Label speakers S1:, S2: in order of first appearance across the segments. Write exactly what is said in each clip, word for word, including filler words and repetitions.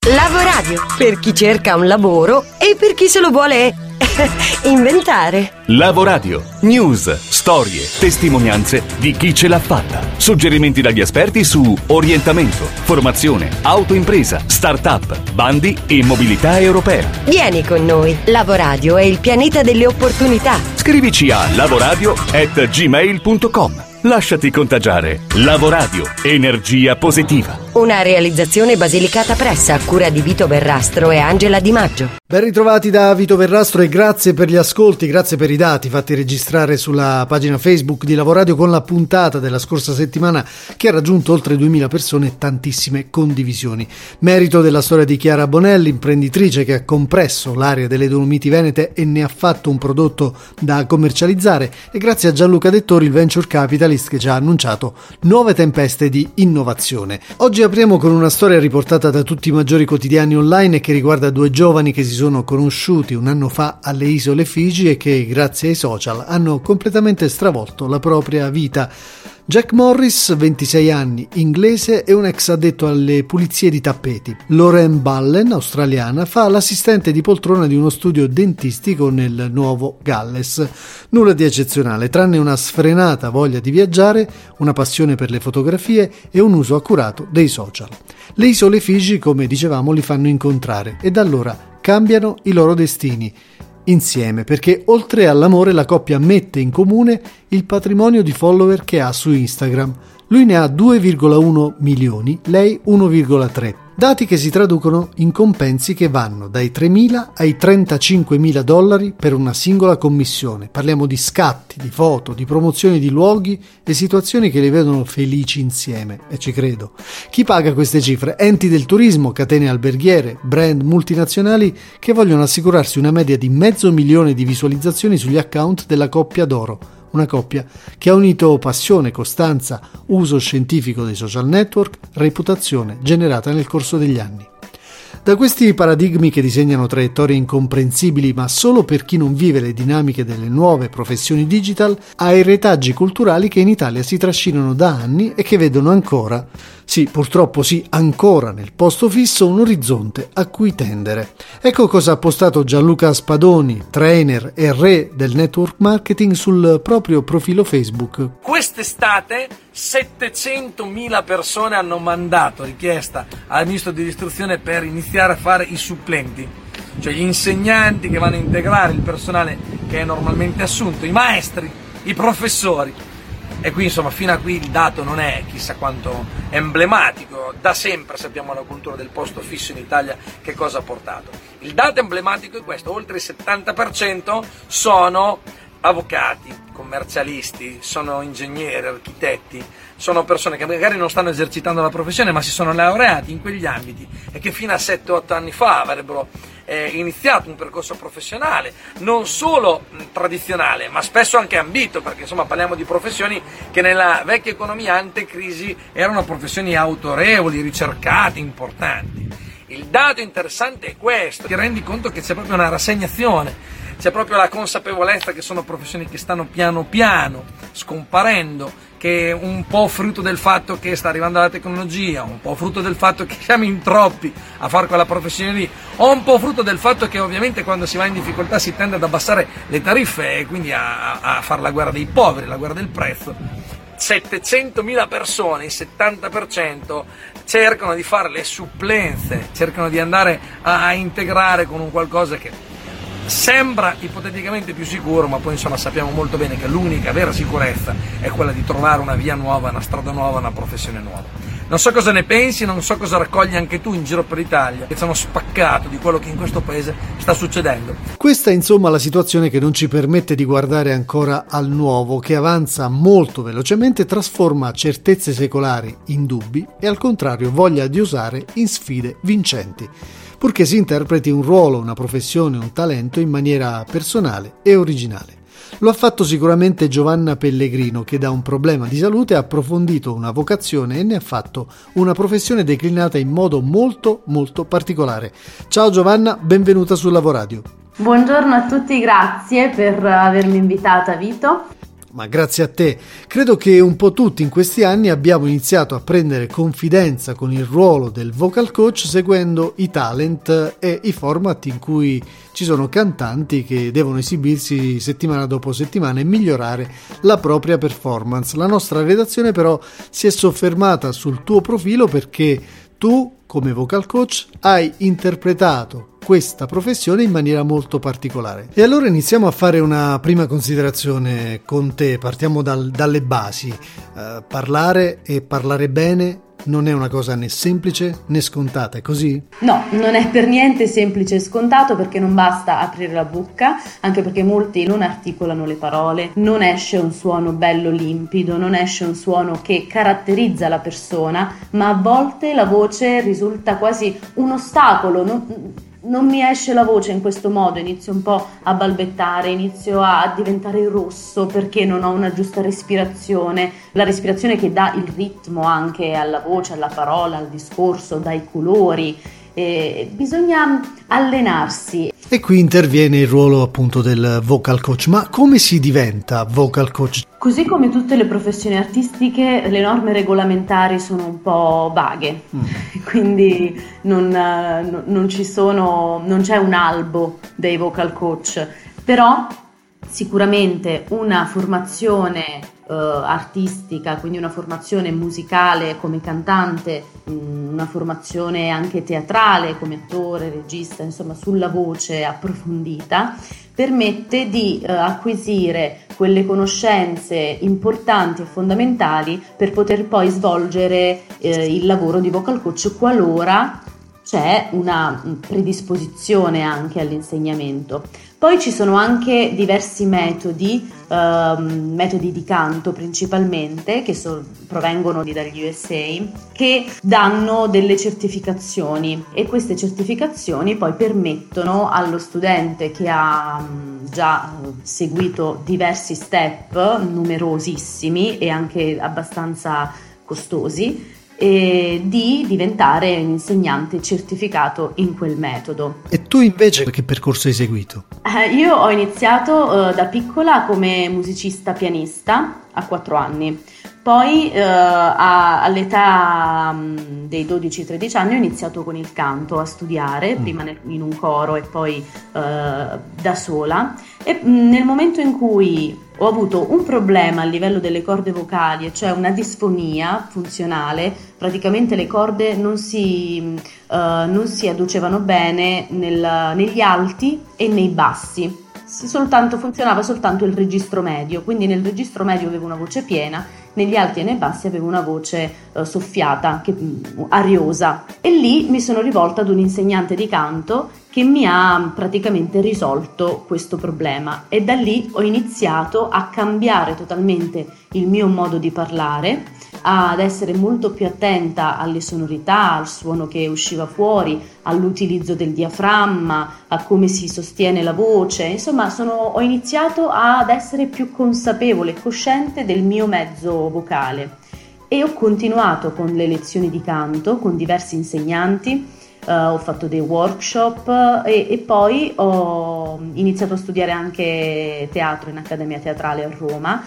S1: Lavoradio, per chi cerca un lavoro e per chi se lo vuole inventare.
S2: Lavoradio, news, storie, testimonianze di chi ce l'ha fatta. Suggerimenti dagli esperti su orientamento, formazione, autoimpresa, start-up, bandi e mobilità europea.
S1: Vieni con noi. Lavoradio è il pianeta delle opportunità.
S2: Scrivici a lavoradio at gmail punto com. Lasciati contagiare. Lavoradio, energia positiva.
S1: Una realizzazione Basilicata Press a cura di Vito Verrastro e Angela Di Maggio.
S3: Ben ritrovati da Vito Verrastro e grazie per gli ascolti, grazie per i dati fatti registrare sulla pagina Facebook di Lavoradio con la puntata della scorsa settimana che ha raggiunto oltre duemila persone e tantissime condivisioni. Merito della storia di Chiara Bonelli, imprenditrice che ha compresso l'area delle Dolomiti Venete e ne ha fatto un prodotto da commercializzare, e grazie a Gianluca Dettori, il venture capitalist che ci ha annunciato nuove tempeste di innovazione. Oggi apriamo con una storia riportata da tutti i maggiori quotidiani online e che riguarda due giovani che si sono conosciuti un anno fa alle isole Figi e che grazie ai social hanno completamente stravolto la propria vita. Jack Morris, ventisei anni, inglese, e un ex addetto alle pulizie di tappeti. Lauren Ballen, australiana, fa l'assistente di poltrona di uno studio dentistico nel Nuovo Galles. Nulla di eccezionale, tranne una sfrenata voglia di viaggiare, una passione per le fotografie e un uso accurato dei social. Le isole Figi, come dicevamo, li fanno incontrare e da allora cambiano i loro destini insieme, perché oltre all'amore la coppia mette in comune il patrimonio di follower che ha su Instagram. Lui ne ha due virgola uno milioni, lei uno virgola tre. Dati che si traducono in compensi che vanno dai tremila ai trentacinquemila dollari per una singola commissione. Parliamo di scatti, di foto, di promozioni di luoghi e situazioni che li vedono felici insieme, e ci credo. Chi paga queste cifre? Enti del turismo, catene alberghiere, brand multinazionali che vogliono assicurarsi una media di mezzo milione di visualizzazioni sugli account della coppia d'oro. Una coppia che ha unito passione, costanza, uso scientifico dei social network, reputazione generata nel corso degli anni. Da questi paradigmi che disegnano traiettorie incomprensibili ma solo per chi non vive le dinamiche delle nuove professioni digital, ai retaggi culturali che in Italia si trascinano da anni e che vedono ancora, sì, purtroppo sì, ancora nel posto fisso un orizzonte a cui tendere. Ecco cosa ha postato Gianluca Spadoni, trainer e re del network marketing, sul proprio profilo Facebook.
S4: Quest'estate settecentomila persone hanno mandato richiesta al ministro dell'istruzione per iniziare a fare i supplenti, cioè gli insegnanti che vanno a integrare il personale che è normalmente assunto, i maestri, i professori. E qui insomma fino a qui il dato non è chissà quanto emblematico. Da sempre sappiamo la cultura del posto fisso in Italia che cosa ha portato. Il dato emblematico è questo: oltre il settanta per cento sono avvocati, commercialisti, sono ingegneri, architetti, sono persone che magari non stanno esercitando la professione ma si sono laureati in quegli ambiti e che fino a sette otto anni fa avrebbero eh, iniziato un percorso professionale non solo mh, tradizionale ma spesso anche ambito, perché insomma parliamo di professioni che nella vecchia economia antecrisi erano professioni autorevoli, ricercate, importanti. Il dato interessante è questo: ti rendi conto che c'è proprio una rassegnazione, c'è proprio la consapevolezza che sono professioni che stanno piano piano scomparendo, che è un po' frutto del fatto che sta arrivando la tecnologia, un po' frutto del fatto che siamo in troppi a fare quella professione lì, o un po' frutto del fatto che ovviamente quando si va in difficoltà si tende ad abbassare le tariffe e quindi a, a fare la guerra dei poveri, la guerra del prezzo. settecentomila persone, il settanta per cento, cercano di fare le supplenze, cercano di andare a, a integrare con un qualcosa che sembra ipoteticamente più sicuro, ma poi insomma sappiamo molto bene che l'unica vera sicurezza è quella di trovare una via nuova, una strada nuova, una professione nuova. Non so cosa ne pensi, non so cosa raccogli anche tu in giro per l'Italia, che ci hanno spaccato di quello che in questo paese sta succedendo.
S3: Questa è insomma la situazione che non ci permette di guardare ancora al nuovo, che avanza molto velocemente, trasforma certezze secolari in dubbi e al contrario voglia di usare in sfide vincenti, purché si interpreti un ruolo, una professione, un talento in maniera personale e originale. Lo ha fatto sicuramente Giovanna Pellegrino, che da un problema di salute ha approfondito una vocazione e ne ha fatto una professione declinata in modo molto molto particolare. Ciao Giovanna, benvenuta su Lavoradio.
S5: Buongiorno a tutti, grazie per avermi invitata, Vito.
S3: ma grazie a te. Credo che un po' tutti in questi anni abbiamo iniziato a prendere confidenza con il ruolo del vocal coach seguendo i talent e i format in cui ci sono cantanti che devono esibirsi settimana dopo settimana e migliorare la propria performance. La nostra redazione però si è soffermata sul tuo profilo perché tu, come vocal coach, hai interpretato questa professione in maniera molto particolare. E allora iniziamo a fare una prima considerazione con te. Partiamo dal, dalle basi. Uh, parlare e parlare bene non è una cosa né semplice né scontata, è così?
S5: No, non è per niente semplice e scontato, perché non basta aprire la bocca, anche perché molti non articolano le parole, non esce un suono bello limpido, non esce un suono che caratterizza la persona, ma a volte la voce risulta quasi un ostacolo. Non, non mi esce la voce in questo modo, inizio un po' a balbettare, inizio a diventare rosso perché non ho una giusta respirazione, la respirazione che dà il ritmo anche alla voce, alla parola, al discorso, dai colori. E bisogna allenarsi.
S3: E qui interviene il ruolo appunto del vocal coach. Ma come si diventa vocal coach?
S5: Così come tutte le professioni artistiche, le norme regolamentari sono un po' vaghe, mm. quindi non, non ci sono, non c'è un albo dei vocal coach, però sicuramente una formazione Uh, artistica, quindi una formazione musicale come cantante, mh, una formazione anche teatrale come attore, regista, insomma sulla voce approfondita, permette di uh, acquisire quelle conoscenze importanti e fondamentali per poter poi svolgere uh, il lavoro di vocal coach qualora c'è una predisposizione anche all'insegnamento. Poi ci sono anche diversi metodi, ehm, metodi di canto principalmente, che so, provengono dagli U S A, che danno delle certificazioni, e queste certificazioni poi permettono allo studente che ha mh, già seguito diversi step, numerosissimi e anche abbastanza costosi, e di diventare un insegnante certificato in quel metodo.
S3: E tu invece che percorso hai seguito?
S5: Eh, io ho iniziato eh, da piccola come musicista pianista a quattro anni. Poi eh, a, all'età mh, dei dodici tredici anni ho iniziato con il canto, a studiare, mm. prima nel, in un coro e poi eh, da sola, e mh, nel momento in cui ho avuto un problema a livello delle corde vocali, cioè una disfonia funzionale, praticamente le corde non si, uh, non si adducevano bene nel, negli alti e nei bassi, si soltanto, funzionava soltanto il registro medio, quindi nel registro medio avevo una voce piena, negli alti e nei bassi avevo una voce uh, soffiata, che, uh, ariosa, e lì mi sono rivolta ad un insegnante di canto che mi ha praticamente risolto questo problema, e da lì ho iniziato a cambiare totalmente il mio modo di parlare, ad essere molto più attenta alle sonorità, al suono che usciva fuori, all'utilizzo del diaframma, a come si sostiene la voce. Insomma, sono, ho iniziato ad essere più consapevole e cosciente del mio mezzo vocale, e ho continuato con le lezioni di canto con diversi insegnanti. Uh, ho fatto dei workshop e, e poi ho iniziato a studiare anche teatro in Accademia Teatrale a Roma,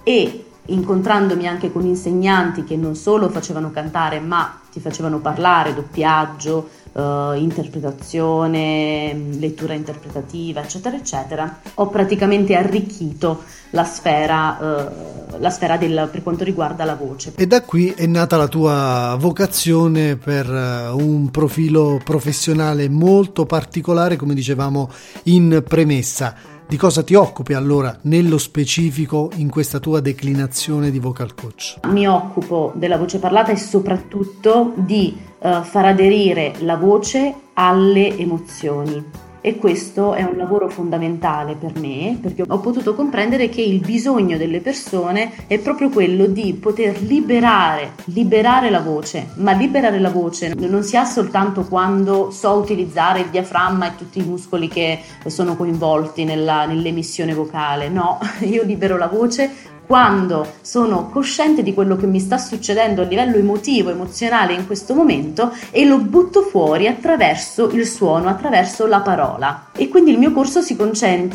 S5: e incontrandomi anche con insegnanti che non solo facevano cantare ma ti facevano parlare, doppiaggio, uh, interpretazione, lettura interpretativa, eccetera eccetera, ho praticamente arricchito la sfera, uh, la sfera del, per quanto riguarda la voce.
S3: E da qui è nata la tua vocazione per uh, un profilo professionale molto particolare, come dicevamo in premessa. Di cosa ti occupi allora nello specifico in questa tua declinazione di vocal coach?
S5: Mi occupo della voce parlata e soprattutto di uh, far aderire la voce alle emozioni. E questo è un lavoro fondamentale per me, perché ho potuto comprendere che il bisogno delle persone è proprio quello di poter liberare, liberare la voce, ma liberare la voce non si ha soltanto quando so utilizzare il diaframma e tutti i muscoli che sono coinvolti nella, nell'emissione vocale, no, io libero la voce quando sono cosciente di quello che mi sta succedendo a livello emotivo, emozionale in questo momento, e lo butto fuori attraverso il suono, attraverso la parola. E quindi il mio corso si concentra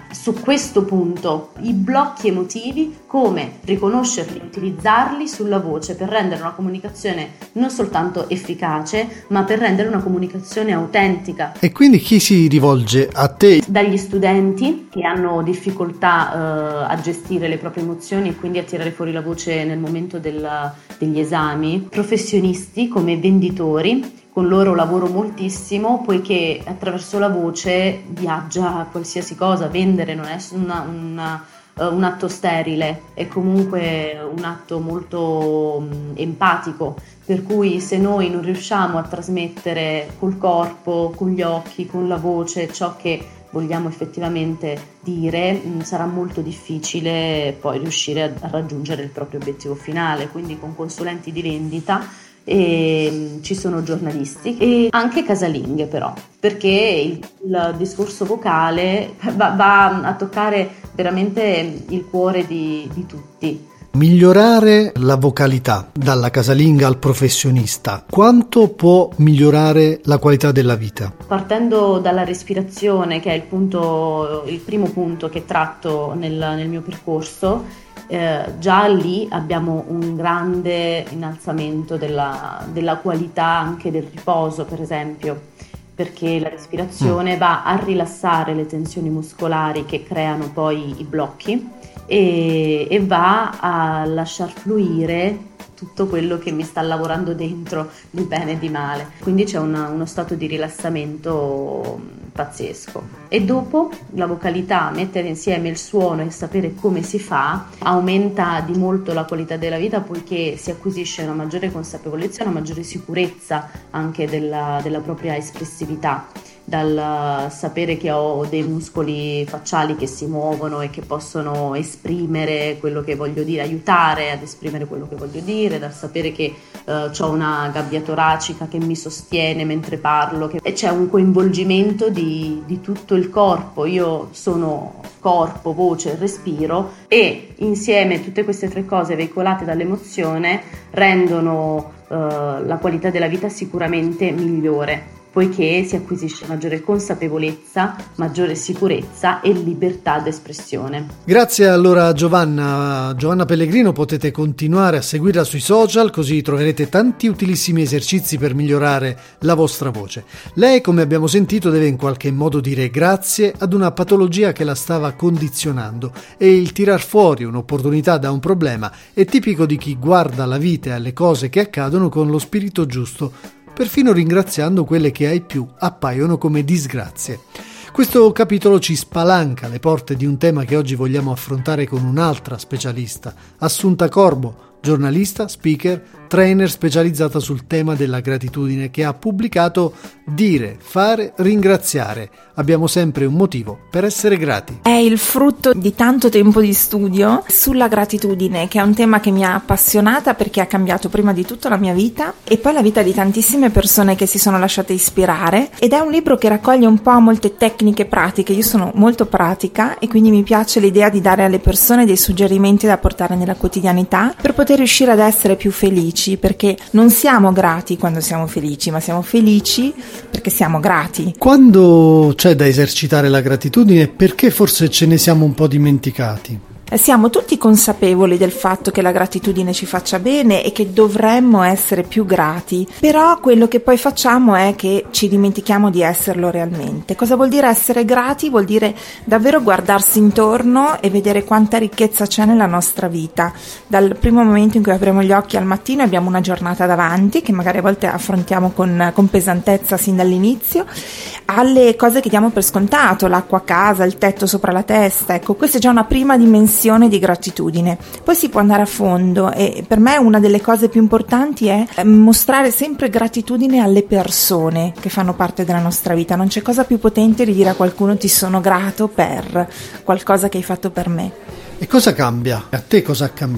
S5: su questo punto, i blocchi emotivi, come riconoscerli, utilizzarli sulla voce per rendere una comunicazione non soltanto efficace, ma per rendere una comunicazione autentica.
S3: E quindi chi si rivolge a te?
S5: Dagli studenti che hanno difficoltà eh, a gestire le proprie emozioni e quindi a tirare fuori la voce nel momento del, degli esami, professionisti come venditori. Con loro lavoro moltissimo, poiché attraverso la voce viaggia qualsiasi cosa. Vendere non è una, una, uh, un atto sterile, è comunque un atto molto um, empatico, per cui se noi non riusciamo a trasmettere col corpo, con gli occhi, con la voce ciò che vogliamo effettivamente dire, mh, sarà molto difficile poi riuscire a, a raggiungere il proprio obiettivo finale. Quindi con consulenti di vendita e ci sono giornalisti e anche casalinghe, però, perché il, il discorso vocale va, va a toccare veramente il cuore di, di tutti.
S3: Migliorare la vocalità dalla casalinga al professionista, quanto può migliorare la qualità della vita?
S5: Partendo dalla respirazione, che è il punto, il primo punto che tratto nel, nel mio percorso, Eh, già lì abbiamo un grande innalzamento della, della qualità anche del riposo, per esempio, perché la respirazione mm. va a rilassare le tensioni muscolari che creano poi i blocchi e, e va a lasciar fluire tutto quello che mi sta lavorando dentro di bene e di male. Quindi c'è una, uno stato di rilassamento pazzesco. E dopo la vocalità, mettere insieme il suono e sapere come si fa, aumenta di molto la qualità della vita, poiché si acquisisce una maggiore consapevolezza, una maggiore sicurezza anche della, della propria espressività, dal sapere che ho dei muscoli facciali che si muovono e che possono esprimere quello che voglio dire, aiutare ad esprimere quello che voglio dire, dal sapere che eh, ho una gabbia toracica che mi sostiene mentre parlo, che... e c'è un coinvolgimento di, di tutto il corpo. Io sono corpo, voce, respiro, e insieme tutte queste tre cose veicolate dall'emozione rendono eh, la qualità della vita sicuramente migliore, poiché si acquisisce maggiore consapevolezza, maggiore sicurezza e libertà d'espressione.
S3: Grazie allora a Giovanna, Giovanna Pellegrino. Potete continuare a seguirla sui social, così troverete tanti utilissimi esercizi per migliorare la vostra voce. Lei, come abbiamo sentito, deve in qualche modo dire grazie ad una patologia che la stava condizionando, e il tirar fuori un'opportunità da un problema è tipico di chi guarda la vita e alle cose che accadono con lo spirito giusto, perfino ringraziando quelle che ai più appaiono come disgrazie. Questo capitolo ci spalanca le porte di un tema che oggi vogliamo affrontare con un'altra specialista, Assunta Corbo, giornalista, speaker, trainer specializzata sul tema della gratitudine, che ha pubblicato Dire, fare, ringraziare. Abbiamo sempre un motivo per essere grati.
S6: È il frutto di tanto tempo di studio sulla gratitudine, che è un tema che mi ha appassionata perché ha cambiato prima di tutto la mia vita e poi la vita di tantissime persone che si sono lasciate ispirare, ed è un libro che raccoglie un po' molte tecniche pratiche. Io sono molto pratica e quindi mi piace l'idea di dare alle persone dei suggerimenti da portare nella quotidianità per poter riuscire ad essere più felici, perché non siamo grati quando siamo felici, ma siamo felici perché siamo grati.
S3: Quando c'è da esercitare la gratitudine, perché forse ce ne siamo un po' dimenticati?
S6: Siamo tutti consapevoli del fatto che la gratitudine ci faccia bene e che dovremmo essere più grati, però quello che poi facciamo è che ci dimentichiamo di esserlo realmente. Cosa vuol dire essere grati? Vuol dire davvero guardarsi intorno e vedere quanta ricchezza c'è nella nostra vita. Dal primo momento in cui apriamo gli occhi al mattino abbiamo una giornata davanti, che magari a volte affrontiamo con, con pesantezza sin dall'inizio, alle cose che diamo per scontato, l'acqua a casa, il tetto sopra la testa. Ecco, questa è già una prima dimensione di gratitudine. Poi si può andare a fondo, e per me una delle cose più importanti è mostrare sempre gratitudine alle persone che fanno parte della nostra vita. Non c'è cosa più potente di dire a qualcuno: ti sono grato per qualcosa che hai fatto per me.
S3: E cosa cambia? A te cosa ha cambiato?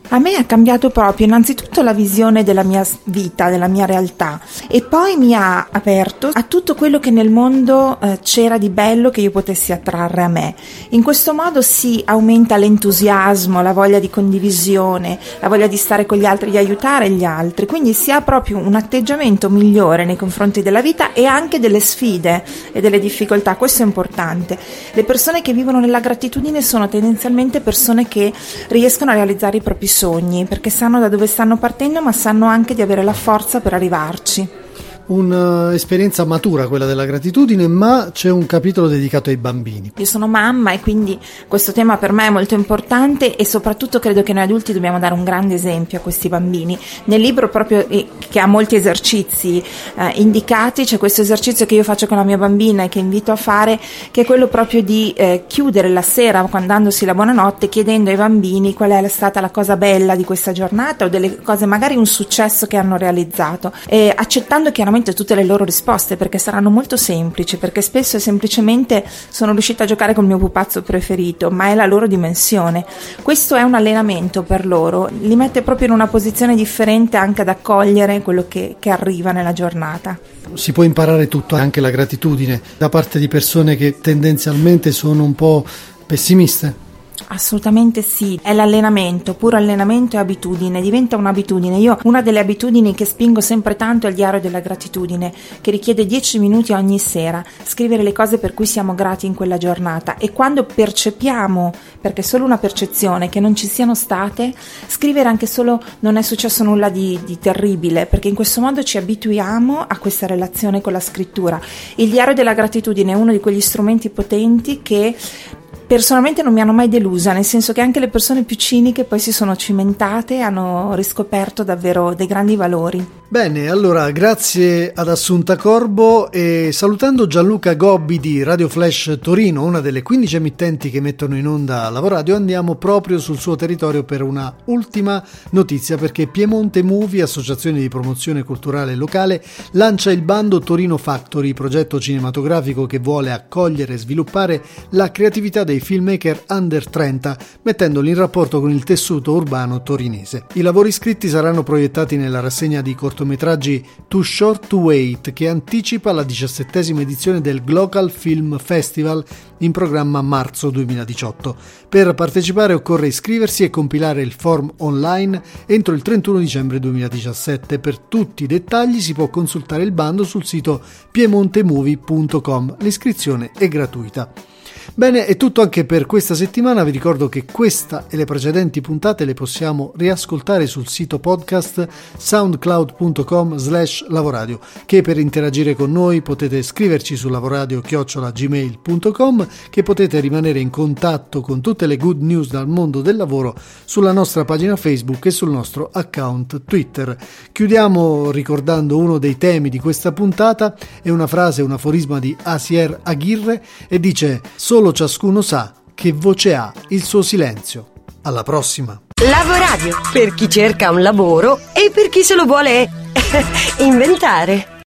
S6: A me ha cambiato proprio innanzitutto la visione della mia vita, della mia realtà, e poi mi ha aperto a tutto quello che nel mondo eh, c'era di bello che io potessi attrarre a me. In questo modo si aumenta l'entusiasmo, la voglia di condivisione, la voglia di stare con gli altri, di aiutare gli altri, quindi si ha proprio un atteggiamento migliore nei confronti della vita e anche delle sfide e delle difficoltà. Questo è importante. Le persone che vivono nella gratitudine sono tendenzialmente persone che riescono a realizzare i propri sogni, perché sanno da dove stanno partendo, ma sanno anche di avere la forza per arrivarci.
S3: Un'esperienza matura quella della gratitudine, ma c'è un capitolo dedicato ai bambini.
S6: Io sono mamma e quindi questo tema per me è molto importante, e soprattutto credo che noi adulti dobbiamo dare un grande esempio a questi bambini. Nel libro, proprio eh, che ha molti esercizi eh, indicati, c'è questo esercizio che io faccio con la mia bambina e che invito a fare, che è quello proprio di eh, chiudere la sera, quando dandosi la buonanotte, chiedendo ai bambini qual è stata la cosa bella di questa giornata o delle cose, magari un successo che hanno realizzato, e accettando chiaramente tutte le loro risposte, perché saranno molto semplici, perché spesso è semplicemente sono riuscita a giocare col mio pupazzo preferito, ma è la loro dimensione. Questo è un allenamento per loro, li mette proprio in una posizione differente anche ad accogliere quello che, che arriva nella giornata.
S3: Si può imparare tutto, anche la gratitudine, da parte di persone che tendenzialmente sono un po' pessimiste.
S6: Assolutamente sì, è l'allenamento, puro allenamento e abitudine, diventa un'abitudine. Io una delle abitudini che spingo sempre tanto è il diario della gratitudine, che richiede dieci minuti ogni sera, scrivere le cose per cui siamo grati in quella giornata, e quando percepiamo, perché è solo una percezione, che non ci siano state, scrivere anche solo non è successo nulla di, di terribile, perché in questo modo ci abituiamo a questa relazione con la scrittura. Il diario della gratitudine è uno di quegli strumenti potenti che personalmente non mi hanno mai delusa, nel senso che anche le persone più ciniche poi si sono cimentate e hanno riscoperto davvero dei grandi valori.
S3: Bene, allora grazie ad Assunta Corbo, e salutando Gianluca Gobbi di Radio Flash Torino, una delle quindici emittenti che mettono in onda Lavoradio, andiamo proprio sul suo territorio per una ultima notizia, perché Piemonte Movie, associazione di promozione culturale locale, lancia il bando Torino Factory, progetto cinematografico che vuole accogliere e sviluppare la creatività dei filmmaker under trenta, mettendoli in rapporto con il tessuto urbano torinese. I lavori iscritti saranno proiettati nella rassegna di cortometraggi Too Short to Wait, che anticipa la diciassettesima edizione del Global Film Festival in programma a marzo duemiladiciotto. Per partecipare occorre iscriversi e compilare il form online entro il trentuno dicembre duemiladiciassette. Per tutti i dettagli si può consultare il bando sul sito piemontemovie punto com. L'iscrizione è gratuita. Bene, è tutto anche per questa settimana. Vi ricordo che questa e le precedenti puntate le possiamo riascoltare sul sito podcast soundcloud punto com slash lavoradio, che per interagire con noi potete scriverci su lavoradio chiocciola gmail punto com, che potete rimanere in contatto con tutte le good news dal mondo del lavoro sulla nostra pagina Facebook e sul nostro account Twitter. Chiudiamo ricordando uno dei temi di questa puntata. È una frase, un aforisma di Asier Aguirre, e dice: solo ciascuno sa che voce ha il suo silenzio. Alla prossima.
S1: Lavoradio, per chi cerca un lavoro e per chi se lo vuole inventare.